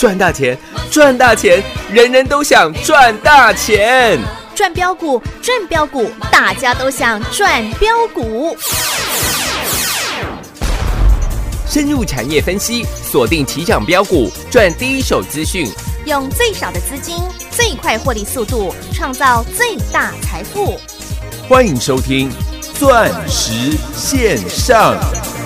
赚大钱，赚大钱，人人都想赚大钱。 赚标股，赚标股，大家都想赚标股。 深入产业分析，锁定起涨标股，赚第一手资讯， 用最少的资金，最快获利速度，创造最大财富。 欢迎收听钻石线上。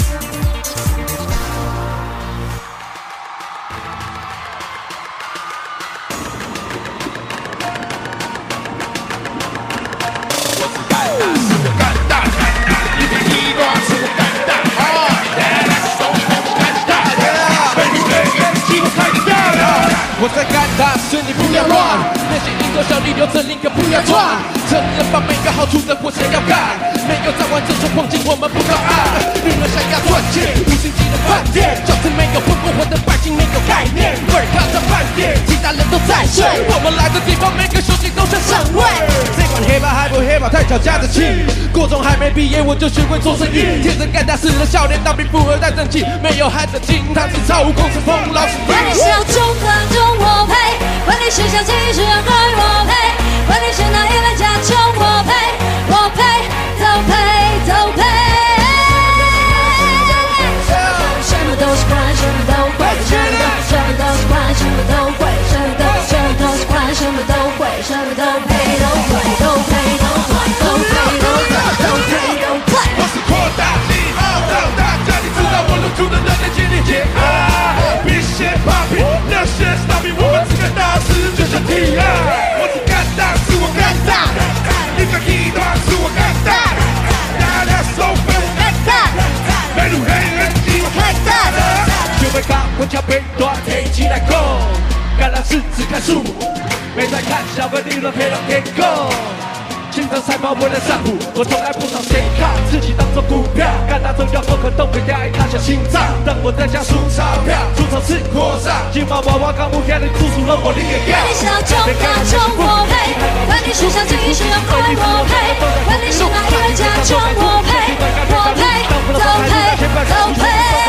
我在干大事，你不要乱。那些蝇头小利留着，宁可不要赚。承认把每个好处的活想要干，没有早晚这种黄金我们不高傲。女人想要赚钱，五星级的饭店，就是没有混过混的百姓没有概念。味儿靠着饭店，其他人都在睡。我们来的地方，每个兄弟都想上位。这管黑怕还不黑怕，太吵架的气。国中还没毕业我就学会做生意，天生干大事的少年，当兵富二代正气，没有孩子金汤是操控是风老师。 管你是要中和中我配，管你是想继续要对我配，管你是哪一类家穷我配，我配都配都配。什么都是管，什么都会，什么都是管，什么都会，什么都是管，什么都会，什么都配都会都配都会都配都会都配都会。 我是扩大力让大家你知道我露出的热烈激励节啊！别先 popping， 那些 stopping， 我们只干大事就像 T.I。我只干大事，我干大，你个地段是我干大，大家收费我干大，美女黑人机我干大的，就被高我桥北段黑起来攻，干大事只看数目，没在看小分利润赔到天空。经常财报为了上谱，我从来不找谁靠，自己当做股票，干大重要不可动，回家一塌小心脏。当我在家数钞票，出场是扩张，金毛娃娃刚不开的出数了我另一个管你是要中大中我配，管你是想继续要对我配，管你是哪一类家穷我配，我配都配都配。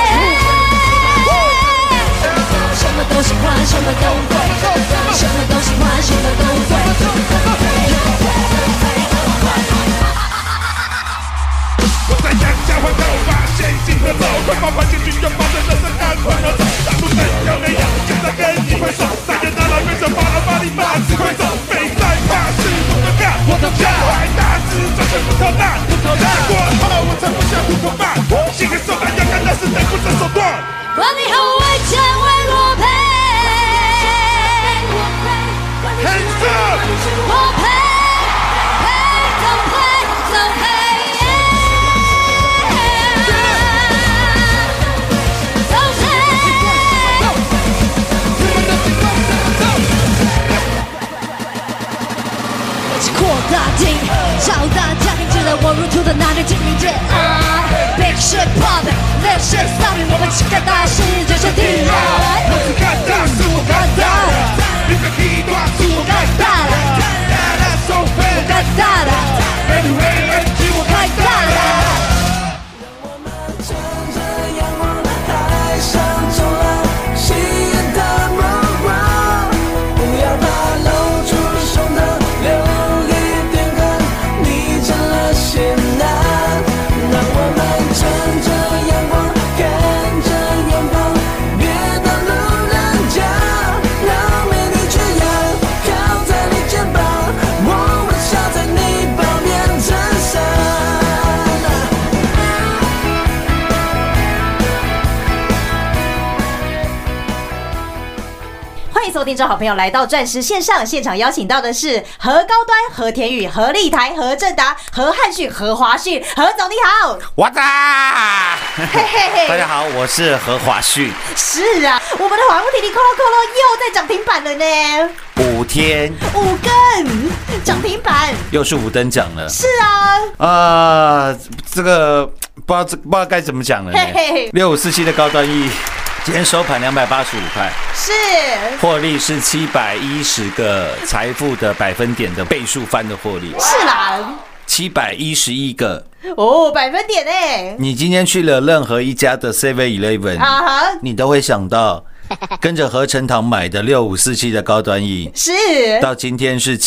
什么都是管，什么都会，什么都是管，什么都会。 我在杨家环头发现金和走，快把环境军要保证人生安稳而走。大陆人要那样，现在跟你挥手，三个大佬对手，把老把你骂死快走，没在怕事我的干，我的家还大事，赚钱不偷懒，不偷懒。过后我才不想糊口慢，心狠手辣要干大事，但不择手段。 管你后为钱为我配， 黑色我配都配都配。扩大镜，超大家庭知道我入土的哪里经历界啊 ？Big shit poppin'， little shit stopping， 我们只干大事，就像 T.I。 我只干大事，我干大了，你个地段是我干大了，大家收费我干大了， 美女黑人机我干大了。 让我们乘着阳光，海上冲浪，喜悦的梦光，不要怕露出胸膛。 收听众好朋友来到钻石线上，现场邀请到的是何高端、何田宇、何立台、何正达、何汉逊、何华逊。何总你好， 我哒！ 嘿嘿嘿， 大家好，我是何华逊。 是啊，我们的华富体力扣扣扣又在涨停板了呢 ，5天 5根涨停板， 又是5等奖了。 是啊， 这个不知道该怎么讲了呢。6547的高端 E。今天收盘285块， 是获利是710个财富的百分点的倍数翻的获利， 是啦 ，711个哦，百分点哎！ 你今天去了任何一家的 7-Eleven， 你都会想到跟着合成堂买的6547的高端 E， 是到今天是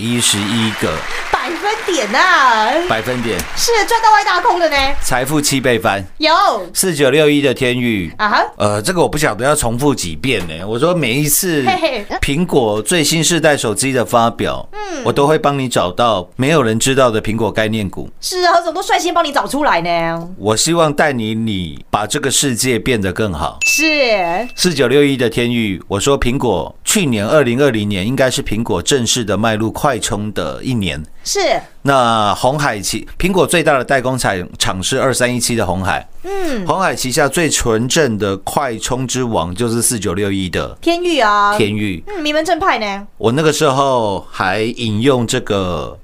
711个百分点啊， 百分点， 是赚到外大空的呢。 财富7倍翻。 有 4961的天宇啊哈， 这个我不晓得要重复几遍呢。我说每一次苹果最新世代手机的发表，我都会帮你找到没有人知道的苹果概念股。 是啊，何总都率先帮你找出来呢。 我希望带你把这个世界变得更好。 是 4961的天宇，我说苹果去年2020年应该是苹果正式的迈入快充的一年。 是， 那鸿海苹果最大的代工厂是2317的鸿海，鸿海旗下最纯正的快充之王就是4961的天宇啊， 天宇， 名门正派呢。 我那个时候还引用这个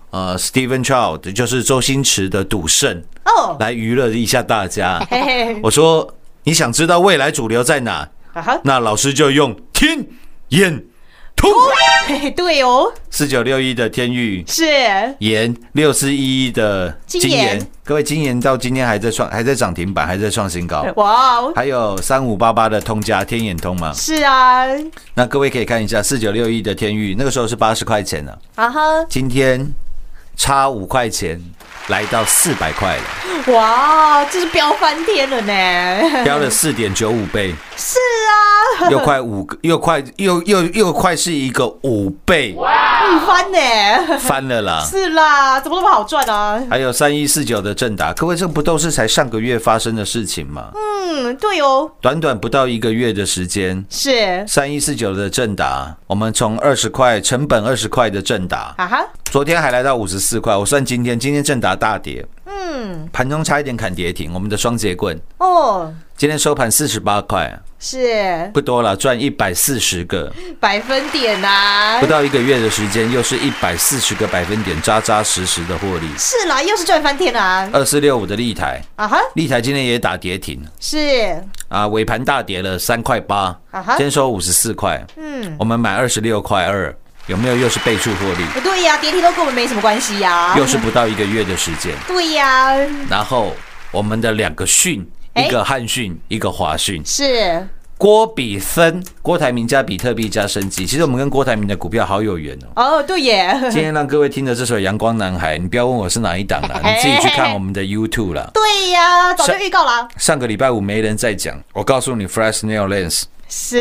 Steven Chow， 就是周星驰的赌圣来娱乐一下大家。我说你想知道未来主流在哪？那老师就用天眼通。 对哦 ，4961的天宇是盐，6411的金研研，各位金研到今天还在涨停板，还在创新高。 哇哦， 还有3588的通家天眼通嘛？ 是啊， 那各位可以看一下4961的天宇，那个时候是80块钱了， 啊哈， 今天差5块钱来到400块了。 哇，这是飙翻天了呢， 飙了4.95倍。 是啊， 又快是一个5倍， 翻呢， 翻了啦。 是啦，怎么那么好赚啊？ 还有3149的正达，各位这不都是才上个月发生的事情吗？ 对哦， 短短不到1个月的时间， 是 3149的正达，我们从20块成本20块的正达， 啊哈， 昨天还来到54块，我算今天正达大跌，盘中差一点砍跌停，我们的双节棍哦， 今天收盘48块， 是不多了，赚140个百分点啊不，到1个月的时间，又是140个百分点，扎扎实实的获利。 是啦，又是赚翻天啦 2465的立台， 啊哈， 立台今天也打跌停是啊，尾盘大跌了3块8， 啊哈今天收54块，我们买26块2，有没有又是倍数获利？ 不对呀，跌停都跟我们没什么关系呀， 又是不到1个月的时间。 对呀， 然后我们的2个讯，一个汉讯，一个华讯， 是郭比森、郭台铭加比特币加升级。其实我们跟郭台铭的股票好有缘哦。 哦，对耶， 今天让各位听的这首《阳光男孩》，你不要问我是哪一档啦，你自己去看我们的 YouTube 啦。 对呀，早就预告啦。 上个礼拜五没人在讲，我告诉你 ，Fresh Nail Lens。 是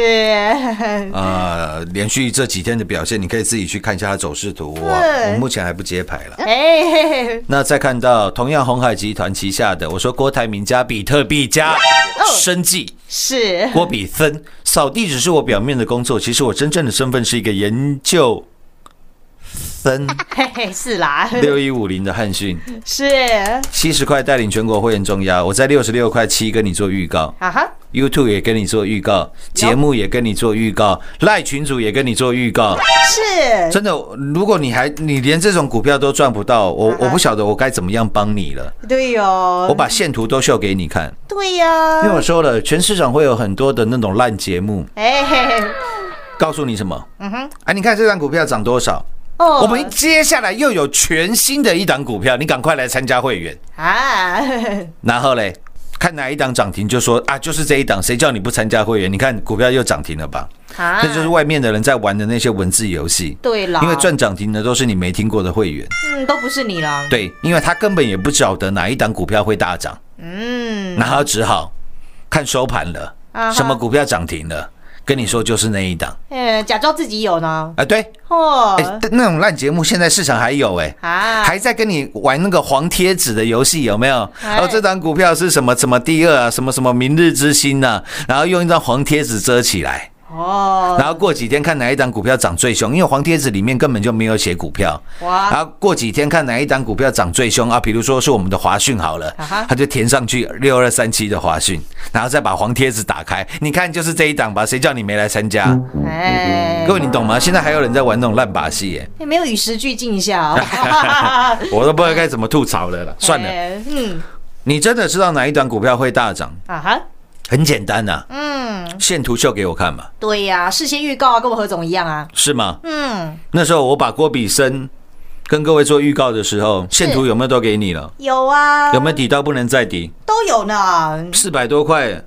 连续这几天的表现，你可以自己去看一下它走势图。我目前还不接牌了。那再看到同样鸿海集团旗下的，我说郭台铭加比特币加生技， 是郭比森扫地只是我表面的工作，其实我真正的身份是一个研究森。 是啦 6150的汉讯是 70块带领全国会员重压，我在66块7跟你做预告。 啊哈， YouTube 也跟你做预告，节目也跟你做预告，赖群组也跟你做预告。 是真的，如果你连这种股票都赚不到，我不晓得我该怎么样帮你了。 对哟， 我把线图都秀给你看。 对呀， 因为我说了，全市场会有很多的那种烂节目，告诉你什么？你看这张股票涨多少？我们接下来又有全新的一档股票，你赶快来参加会员啊！ 然后嘞，看哪一档涨停就说啊，就是这一档，谁叫你不参加会员？你看股票又涨停了吧？这就是外面的人在玩的那些文字游戏。 对啦， 因为赚涨停的都是你没听过的会员， 都不是你啦。 对，因为他根本也不晓得哪一档股票会大涨，然后只好看收盘了，什么股票涨停了。跟你说就是那一档， 假装自己有呢。 对，那种烂节目现在市场还有还在跟你玩那个黄贴纸的游戏，有没有？这档股票是什么什么第二啊，什么什么明日之星啊，然后用一张黄贴纸遮起来。然后过几天看哪一档股票涨最凶，因为黄贴纸里面根本就没有写股票。然后过几天看哪一档股票涨最凶啊，比如说是我们的华讯好了，他就填上去6237的华讯，然后再把黄贴纸打开，你看就是这一档吧，谁叫你没来参加？各位你懂吗？现在还有人在玩那种烂把戏没有与时俱进一下我都不知道该怎么吐槽了啦，算了。你真的知道哪一档股票会大涨？很简单啊，线图秀给我看嘛。 对呀，事先预告跟我何总一样啊。 是吗？那时候我把郭比森跟各位做预告的时候，线图有没有都给你了？ 有啊。 有没有底到不能再底？ 都有呢。 400多块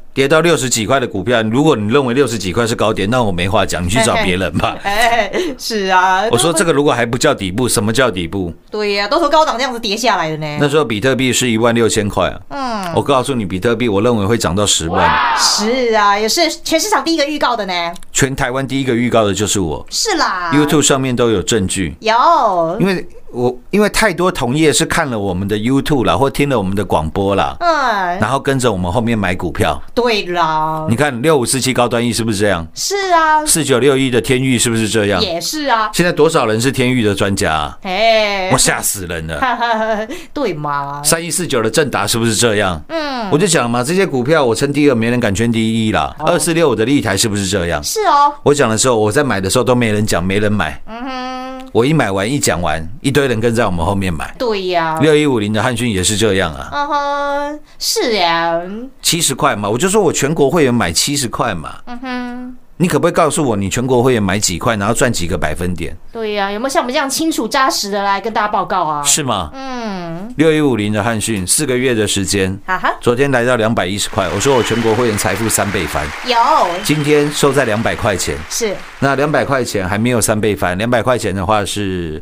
跌到60几块的股票，如果你认为60几块是高点，那我没话讲，你去找别人吧。 是啊， 我说这个如果还不叫底部，什么叫底部？ 对呀，都从高档这样子跌下来的呢。 那时候比特币是16000块啊。我告诉你，比特币我认为会涨到10万。 是啊，也是全市场第一个预告的呢。 全台湾第一个预告的就是我。 是啦 ，YouTube 上面都有证据。 有， 因为太多同业是看了我们的 YouTube 啦，或听了我们的广播啦，然后跟着我们后面买股票。 对啦， 你看6547高端 E 是不是这样？ 是啊 4961的天钰是不是这样？ 也是啊。 现在多少人是天钰的专家啊？我吓死人了。 对嘛 ？3149的正达是不是这样？我就讲嘛，这些股票我称第二，没人敢圈第一啦。2465的立台是不是这样？ 是哦。我讲的时候，我在买的时候都没人讲，没人买。我一买完一讲完，一堆人跟在我们后面买。 对呀 ，6150的汉讯也是这样啊。 是呀 ，70块嘛，我就说我全国会员买70块嘛。你可不可以告诉我，你全国会员买几块，然后赚几个百分点？ 对呀，有没有像我们这样清楚扎实的来跟大家报告啊？ 是吗？6150的汉讯4个月的时间，昨天来到210块，我说我全国会员财富3倍翻。 有， 今天收在200块钱。 是， 那200块钱还没有3倍翻，200块钱的话是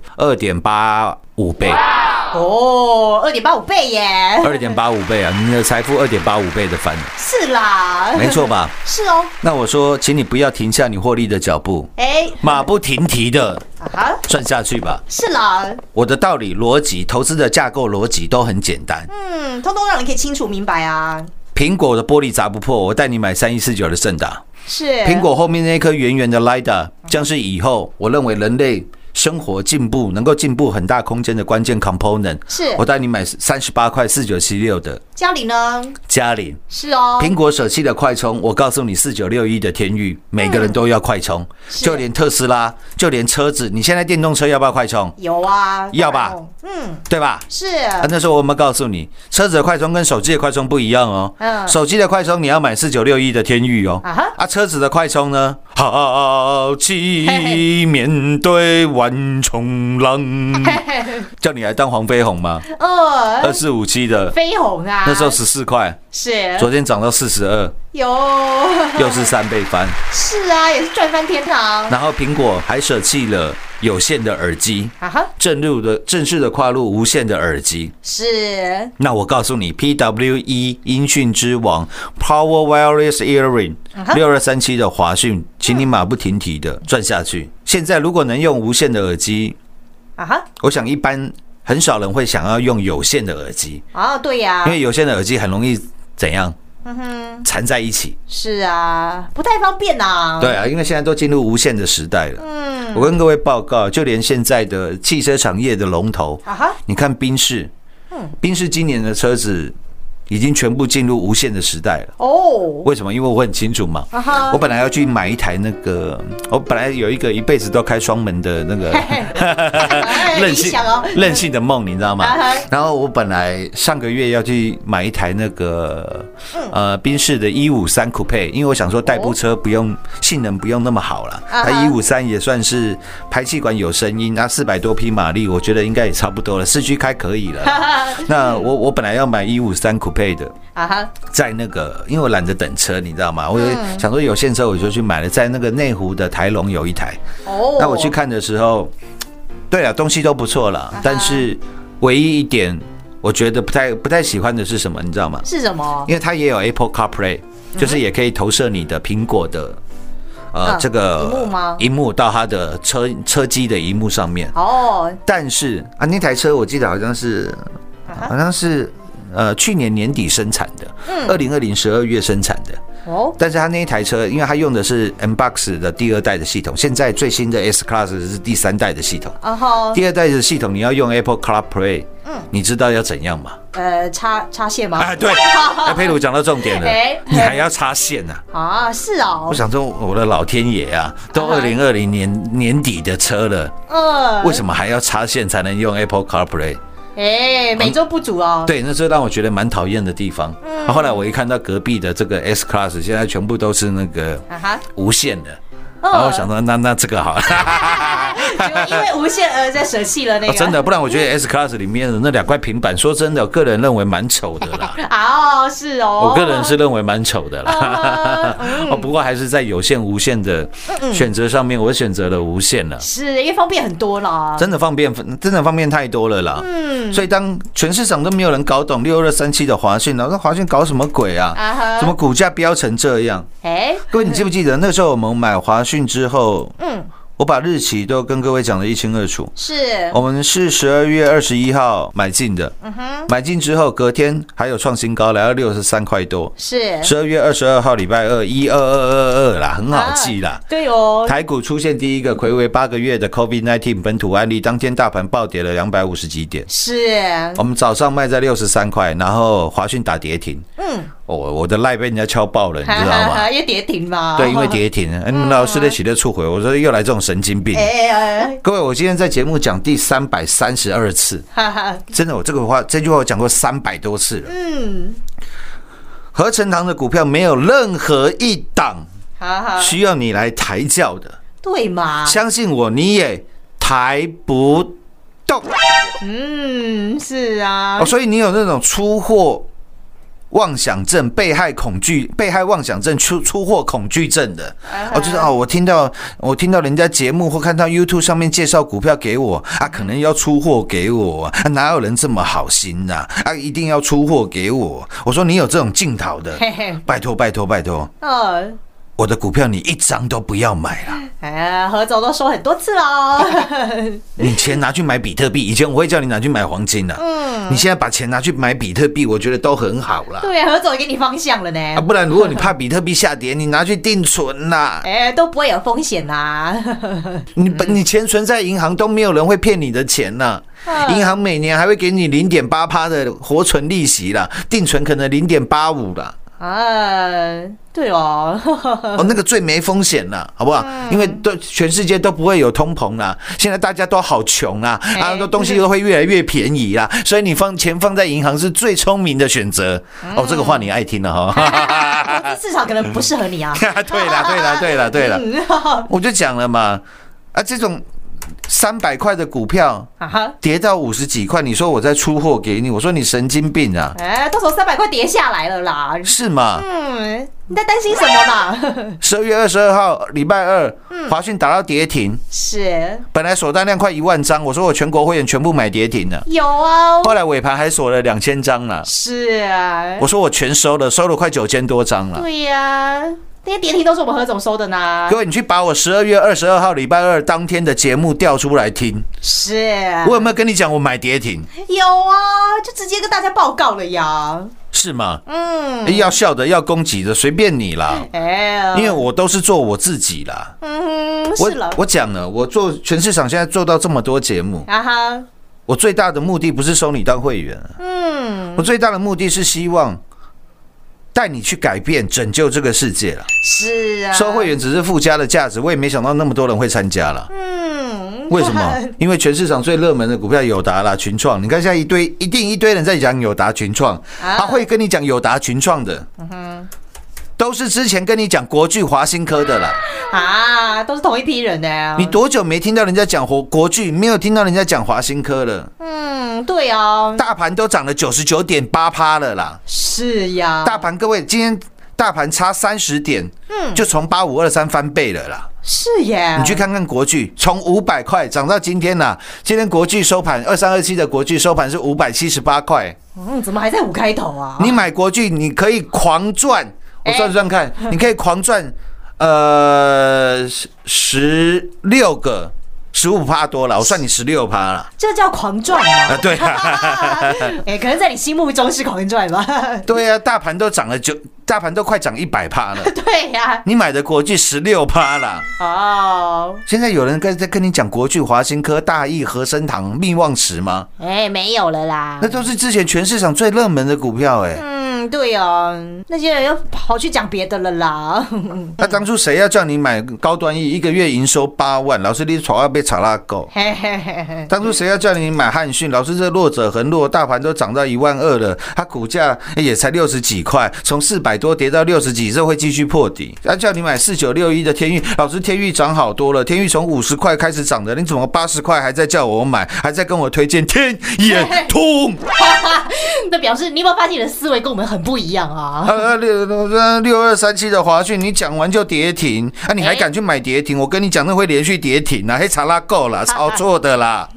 2.85倍。 哦，2.85倍耶 ，2.85倍啊！你的财富2.85倍的翻了。 是啦， 没错吧？ 是哦。 那我说，请你不要停下你获利的脚步，马不停蹄的赚下去吧。 是啦， 我的道理、逻辑、投资的架构逻辑都很简单， 通通让人可以清楚明白啊。 苹果的玻璃砸不破，我带你买3149的盛达。 是，苹果后面那颗圆圆的 LiDAR 将是以后我认为人类生活进步能够进步很大空间的关键 component。是，我带你买38块4976的嘉陵呢？ 嘉陵是哦。 苹果舍弃了快充，我告诉你4961的天钰，每个人都要快充，就连特斯拉，就连车子，你现在电动车要不要快充？ 有啊， 要吧？对吧？ 是。 那时候我们告诉你，车子的快充跟手机的快充不一样哦。手机的快充你要买4961的天钰哦。车子的快充呢？好奇面对万重浪，叫你来当黄飞鸿吗？2457的飞鸿啊， 那时候14块， 是， 昨天涨到42，又是3倍翻。 是啊，也是赚翻天堂。 然后苹果还舍弃了有线的耳机，正式的跨入无线的耳机。 是。 那我告诉你 ，PWE 音讯之王 Power Wireless Earring 6237的华讯，请你马不停蹄的赚下去。现在如果能用无线的耳机，我想一般很少人会想要用有线的耳机。 对呀， 因为有线的耳机很容易怎样？缠在一起。 是啊，不太方便啊。 对啊，因为现在都进入无线的时代了。我跟各位报告，就连现在的汽车产业的龙头，你看宾士，宾士今年的车子已经全部进入无线的时代了。为什么？因为我很清楚嘛。我本来要去买一台那个，我本来有一个一辈子都开双门的那个任性的梦，你知道吗？然后我本来上个月要去买一台那个宾士的153 Coupe， 因为我想说代步车不用性能不用那么好了，它153也算是排气管有声音，那400多匹马力，我觉得应该也差不多了，市区开可以了。那我本来要买153 Coupe的，在那个因为我懒得等车，你知道吗？我想说有线车我就去买了，在那个内湖的台龙有一台。那我去看的时候，对啊，东西都不错啦，但是唯一一点我觉得不太喜欢的是什么，你知道吗？ 是什么？ 因为它也有 Apple CarPlay， 就是也可以投射你的苹果的这个萤幕到它的车机的萤幕上面。但是那台车我记得好像是去年年底生产的，2020 12月生产的。但是它那一台车，因为它用的是 MBUX 的第2代的系统，现在最新的 S Class 是第3代的系统。第2代的系统你要用 Apple CarPlay，你知道要怎样吗？ 插线吗？ 对，佩鲁讲到重点了，你还要插线啊？ 是啊。 我想说，我的老天爷啊，都2020年底的车了，为什么还要插线才能用 Apple CarPlay？ 美中不足哦。 对，那这让我觉得蛮讨厌的地方。后来我一看到隔壁的这个 S Class， 现在全部都是那个无线的，然后我想说，那这个好， 因为无限而在舍弃了那个。 真的，不然我觉得 S Class 里面的那2块平板，说真的，我个人认为蛮丑的啦。 哦，是哦， 我个人是认为蛮丑的啦。不过还是在有线无线的选择上面，我选择了无线了。 是因为方便很多啦， 真的方便太多了啦。所以当全市场都没有人搞懂6237的华讯了，那华讯搞什么鬼啊？怎么股价飙成这样？各位你记不记得那时候我们买华讯之后，我把日期都跟各位讲得一清二楚。 是， 我们是12月21号买进的，买进之后隔天还有创新高，来到63块多。 是 12月22号礼拜二12222啦，很好记啦。 对哦， 台股出现第一个睽违8个月的 COVID-19 本土案例，当天大盘暴跌了250几点。 是， 我们早上卖在63块，然后华讯打跌停。我的赖被人家敲爆了，你知道吗？ 因为跌停嘛。 对，因为跌停。老师的起的触回，我说又来这种神经病。各位，我今天在节目讲第332次，真的，我这句话我讲过300多次了。合成堂的股票没有任何一档需要你来抬轿的， 对嘛？ 相信我，你也抬不动。 是啊。 所以你有那种出货妄想症、被害妄想症、出货恐惧症的，就是我听到人家节目或看到 YouTube 上面介绍股票给我可能要出货给我哪有人这么好心呐？一定要出货给我。我说你有这种镜头的，拜托拜托拜托。我的股票你一张都不要买了。 何总都说很多次了。 你钱拿去买比特币，以前我会叫你拿去买黄金了。你现在把钱拿去买比特币，我觉得都很好啦。 对啊，何总也给你方向了呢。 不然如果你怕比特币下跌，你拿去定存啦。 都不会有风险啦。 你钱存在银行都没有人会骗你的钱啦。银行每年还会给你0.8%的活存利息啦，定存可能0.85%啦。 对哦， 那个最没风险了，好不好？因为全世界都不会有通膨啦，现在大家都好穷啊，东西都会越来越便宜啦，所以你钱放在银行是最聪明的选择。这个话你爱听了哈。 投资市场可能不适合你啊。 对了，我就讲了嘛，这种300块的股票跌到50几块，你说我再出货给你，我说你神经病啊！ 到时候300块跌下来了啦， 是吗？ 你在担心什么嘛 ？12月22号礼拜二，华讯打到跌停， 是本来锁单量快1万张，我说我全国会员全部买跌停了， 有啊， 后来尾盘还锁了2000张了， 是啊， 我说我全收了快9000多张了， 对呀。那些跌停都是我们何总收的呢。 各位，你去把我12月22号礼拜二当天的节目调出来听。 是， 我有没有跟你讲我买跌停？ 有啊，就直接跟大家报告了呀。 是吗？要笑的要攻击的随便你啦。因为我都是做我自己啦。 是了。 我讲了，我做全市场现在做到这么多节目。我最大的目的不是收你当会员。我最大的目的是希望带你去改变、拯救这个世界了。 是啊， 收会员只是附加的价值，我也没想到那么多人会参加了。为什么？因为全市场最热门的股票友达啦、群创，你看现在一堆人在讲友达、群创，他会跟你讲友达、群创的，都是之前跟你讲国巨、华新科的啦。 都是同一批人的。 你多久没听到人家讲国巨，没有听到人家讲华新科了？ 对啊， 大盘都涨了99.8%了啦。 是呀， 大盘各位，今天大盘差30点，就从8523翻倍了啦。 是耶， 你去看看国巨，从500块涨到今天啦。今天国巨收盘，2327的国巨收盘是578块。 怎么还在5开头啊？ 你买国巨，你可以狂赚。我算看，你可以狂赚16个。15%多了，我算你16%了， 这叫狂赚吗？ 对啊， 可能在你心目中是狂赚吧。 对啊，大盘都涨了大盘都快涨100%了。 对呀， 你买的国巨16%了。现在有人在跟你讲国巨、华新科、大益、和生堂、密旺池吗？ 没有了啦。 那都是之前全市场最热门的股票。 对啊，那些人又跑去讲别的了啦。 那当初谁要叫你买高端E，一个月营收8万，老师你闯要被查拉够。当初谁要叫你买汉讯，老师这弱者恒弱，大盘都涨到12000了，它股价也才60几块，从400多跌到60几，这会继续破底。要叫你买4961的天鈺，老师天鈺涨好多了，天鈺从50块开始涨的，你怎么80块还在叫我买，还在跟我推荐天眼通？ 那表示你有没有发现你的思维跟我们很不一样啊 ？6237的华讯，你讲完就跌停，你还敢去买跌停？我跟你讲，那会连续跌停啊，黑查拉够了，操作的啦。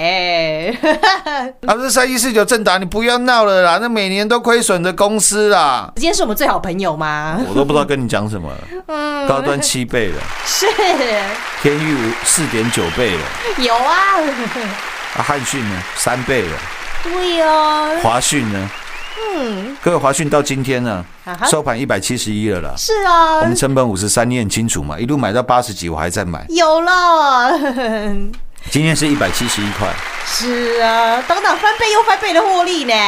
老师3149正达，你不要闹了啦，那每年都亏损的公司啦。 今天是我们最好朋友吗？ 我都不知道跟你讲什么了。高端7倍了， 是天鈺4.9倍了， 有啊。 汉讯呢3倍了， 对啊。 华讯呢？各位，华讯到今天呢，收盘171了啦。是啊，我们成本53，你很清楚嘛，一路买到80几，我还在买。 有了。 今天是171块。 是啊，等等翻倍又翻倍的获利呢。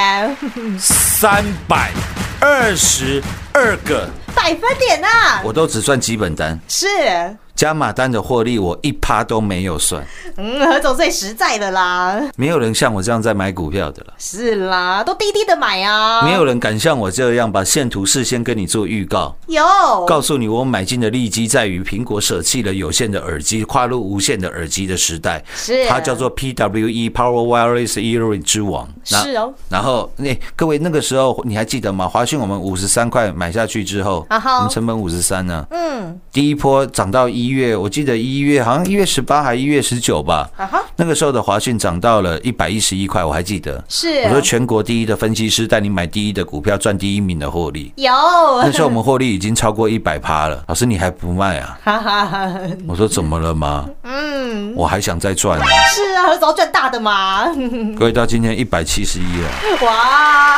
322个百分点啊！ 我都只算基本单。 是。 加码单的获利我1%都没有算。 何总最实在的啦， 没有人像我这样在买股票的啦。 是啦，都低低的买啊。 没有人敢像我这样把线图事先跟你做预告，告诉你我买进的利基在于苹果舍弃了有线的耳机，跨入无线的耳机的时代。是，它叫做 PWE Power Wireless Earring 之王。是哦。然后各位那个时候你还记得吗？华讯我们53块买下去之后，我们成本53呢。第一波涨到1月，我记得1月好像1月18还1月19吧。那个时候的华讯涨到了111块，我还记得。是，我说全国第一的分析师带你买第一的股票，赚第1名的获利。有，那时候我们获利已经超过100%了。老师你还不卖啊？我说怎么了吗？我还想再赚啊。 是啊，何总赚大的嘛。 各位到今天171了。 哇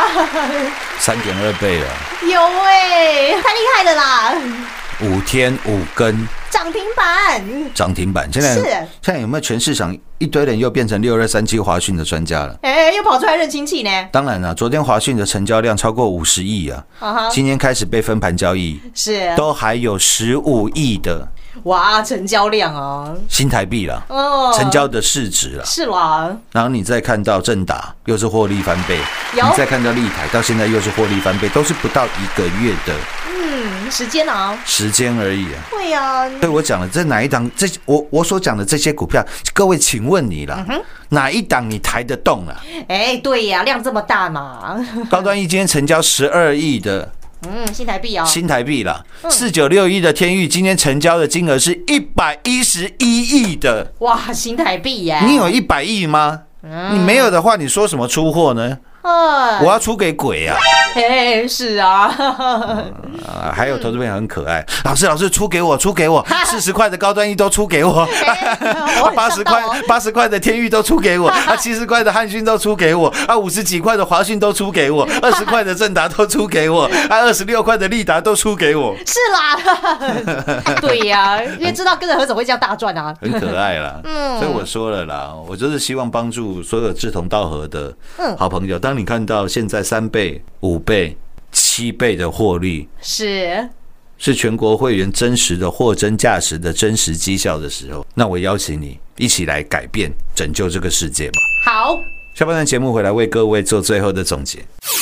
，3.2倍了。 有太厉害了啦。 5天5根涨停板，现在有没有全市场一堆人又变成6237华讯的专家了？ 又跑出来认亲戚呢？ 当然了，昨天华讯的成交量超过50亿啊，今天开始被分盘交易，是都还有15亿的。 哇，成交量啊， 新台币啦，成交的市值啦， 是啦。然后你再看到正达又是获利翻倍，你再看到立台到现在又是获利翻倍，都是不到1个月的时间而已啊。对啊，对我讲的这哪一档？我所讲的这些股票，各位请问你啦，哪一档你抬得动啊？ 对呀，量这么大嘛。 高端1今天成交12亿的。 新台币哦， 新台币啦，4961的天鈺今天成交的金额是111亿的， 哇，新台币耶！ 你有100亿吗？你没有的话，你说什么出货呢？我要出给鬼啊！ 是啊， 还有投资朋友很可爱，老师出给我，40块的高端1都出给我，80块的天鈺都出给我，70块的汉讯都出给我，50几块的华讯都出给我，20块的正达都出给我，26块的立达都出给我。 是啦，对呀，因为知道跟着何总会这样大赚啊， 很可爱啦。所以我说了啦，我就是希望帮助所有志同道合的好朋友。当你看到现在3倍、5倍、7倍的获利，是全国会员真实的货真价实的真实绩效的时候，那我邀请你一起来改变、拯救这个世界吧。好，下半段节目回来为各位做最后的总结。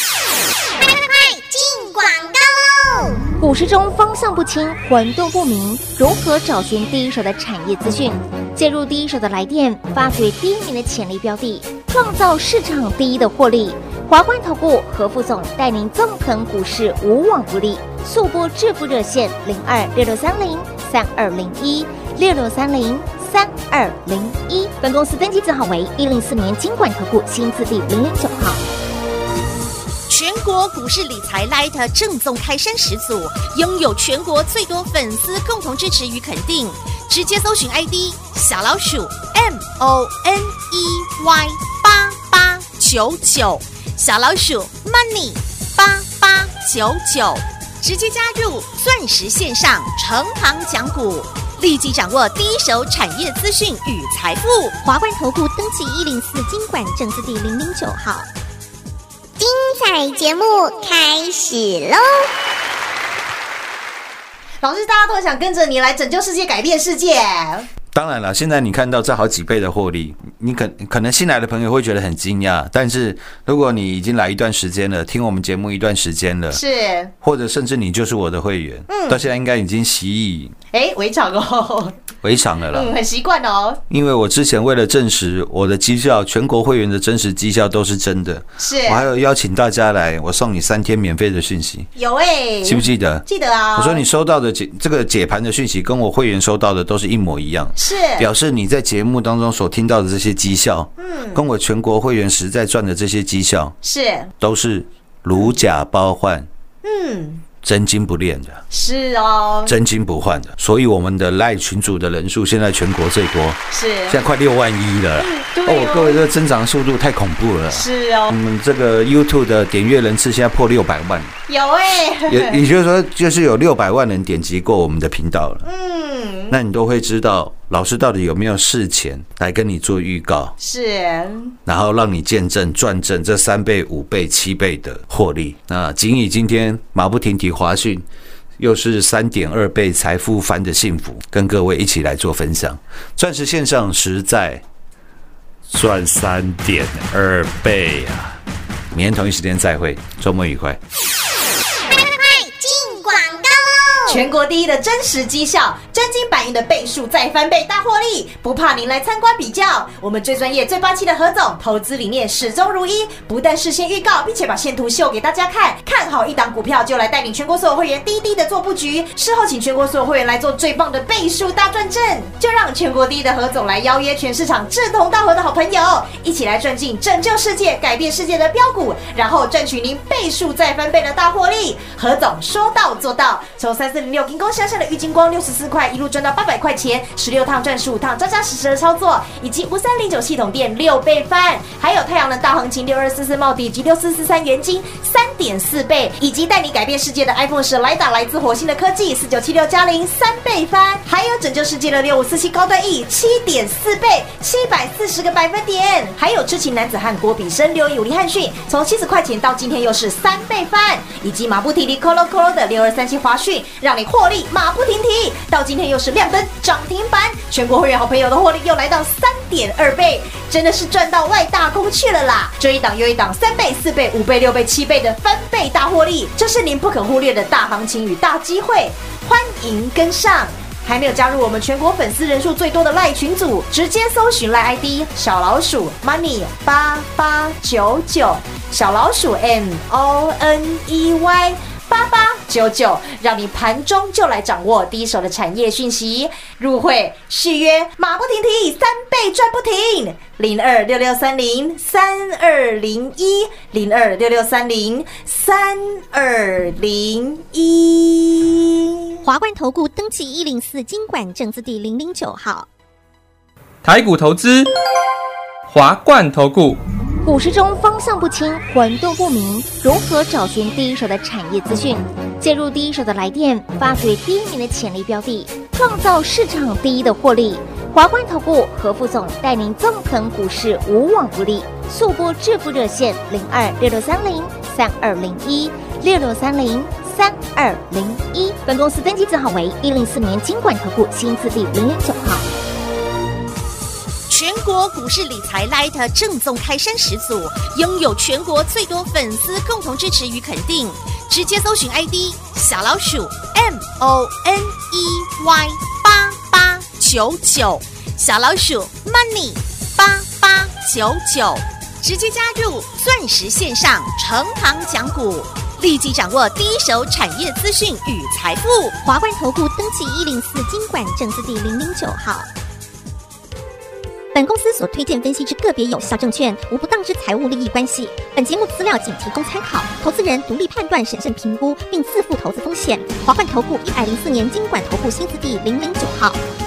股市中方向不清、混沌不明，如何找寻第一手的产业资讯？介入第一手的来电，发掘第一名的潜力标的，创造市场第一的获利。华冠投顾何副总带领纵横股市，无往不利。速播致富热线026630320166303201。本公司登记字号为104年金管投顾新字第009号。 全国股市理财 Light 正宗开山始祖，拥有全国最多粉丝共同支持与肯定。直接搜寻 ID 小老鼠 MONEY8899， 小老鼠 Money 8899，直接加入钻石线上成行讲股，立即掌握第一手产业资讯与财富。 华冠投顾登记104金管证字第009号。精彩彩节目开始喽！ 老师，大家都想跟着你来拯救世界、改变世界。 当然了，现在你看到这好几倍的获利，你可能新来的朋友会觉得很惊讶，但是如果你已经来一段时间了，听我们节目一段时间了， 是， 或者甚至你就是我的会员，到现在应该已经习以为常哦， 为常了啦， 很习惯哦。 因为我之前为了证实我的绩效，全国会员的真实绩效都是真的， 是我还有邀请大家来，我送你3天免费的讯息， 有记不记得？ 记得啊。 我说你收到的这个解盘的讯息，跟我会员收到的都是一模一样。 是表示你在节目当中所听到的这些绩效，跟我全国会员实在赚的这些绩效， 是都是如假包换，真金不炼的， 是哦， 真金不换的。所以我们的LINE群组的人数现在全国最多， 是现在快6万1了。 对各位这个增长速度太恐怖了。 是哦， 我们这个 YouTube 的点阅人次现在破600万， 有也就是说，就是有600万人点击过我们的频道了。那你都会知道老师到底有没有事前来跟你做预告， 是， 然后让你见证赚证这3倍、5倍、7倍的获利。那仅以今天马不停蹄华讯又是3.2倍财富翻的幸福，跟各位一起来做分享。钻石线上实在赚3.2倍啊！明天同一时间再会，周末愉快。 全国第一的真实绩效，真金白银的倍数再翻倍大获利，不怕您来参观比较。我们最专业、最霸气的何总，投资理念始终如一，不但事先预告，并且把线图秀给大家看，看好一档股票就来带领全国所有会员低低的做布局，事后请全国所有会员来做最棒的倍数大赚证。就让全国第一的何总来邀约全市场志同道合的好朋友，一起来赚进拯救世界、改变世界的标股，然后赚取您倍数再翻倍的大获利。何总说到做到，从3406金光闪闪的郁金光64块一路赚到800块钱，16趟赚15趟，扎扎实实的操作，以及5309系统店6倍翻，还有太阳能大行情6244茂迪及6443元金3.4倍，以及带你改变世界的 iPhone 10来打来自火星的科技4976+0 3倍翻，还有拯救世界的6547高端 E 7.4倍740个百分点，还有痴情男子汉郭比生615力汉讯从70块钱到今天又是3倍翻，以及马不停蹄 Colo 的6237华讯，让你获利马不停蹄，到今天又是亮灯涨停板，全国会员好朋友的获利又来到3.2倍，真的是赚到外大空去了啦！这一档又一档3倍、4倍、5倍、6倍、7倍的翻倍大获利，这是您不可忽略的大行情与大机会，欢迎跟上！还没有加入我们全国粉丝人数最多的LINE群组，直接搜寻LINE ID 小老鼠 money 8899，小老鼠 MONEY。8899，让你盘中就来掌握第一手的产业讯息，入会续约马不停蹄，3倍赚不停。0266303201，0266303201。 华冠投顾登记104金管证字第009号。 台股投资，华冠投顾。 股市中方向不清、混沌不明，如何找寻第一手的产业资讯？介入第一手的来电，发掘第一名的潜力标的，创造市场第一的获利。华冠投顾何副总带领纵横股市，无往不利。速播致富热线0266303201，66303201。本公司登记字号为104年金管投顾新字第009号。 全国股市理财 Lite 正宗开山始祖，拥有全国最多粉丝共同支持与肯定。直接搜寻 ID 小老鼠 MONEY8899，小老鼠 Money 8899，直接加入钻石线上成堂讲股，立即掌握第一手产业资讯与财富。华冠投顾登记104金管证字第009号。本公司所推荐分析之个别有效证券，无不当之财务利益关系。本节目资料仅提供参考，投资人独立判断、审慎评估，并自负投资风险。华冠投顾104年金管投顾新字第009号。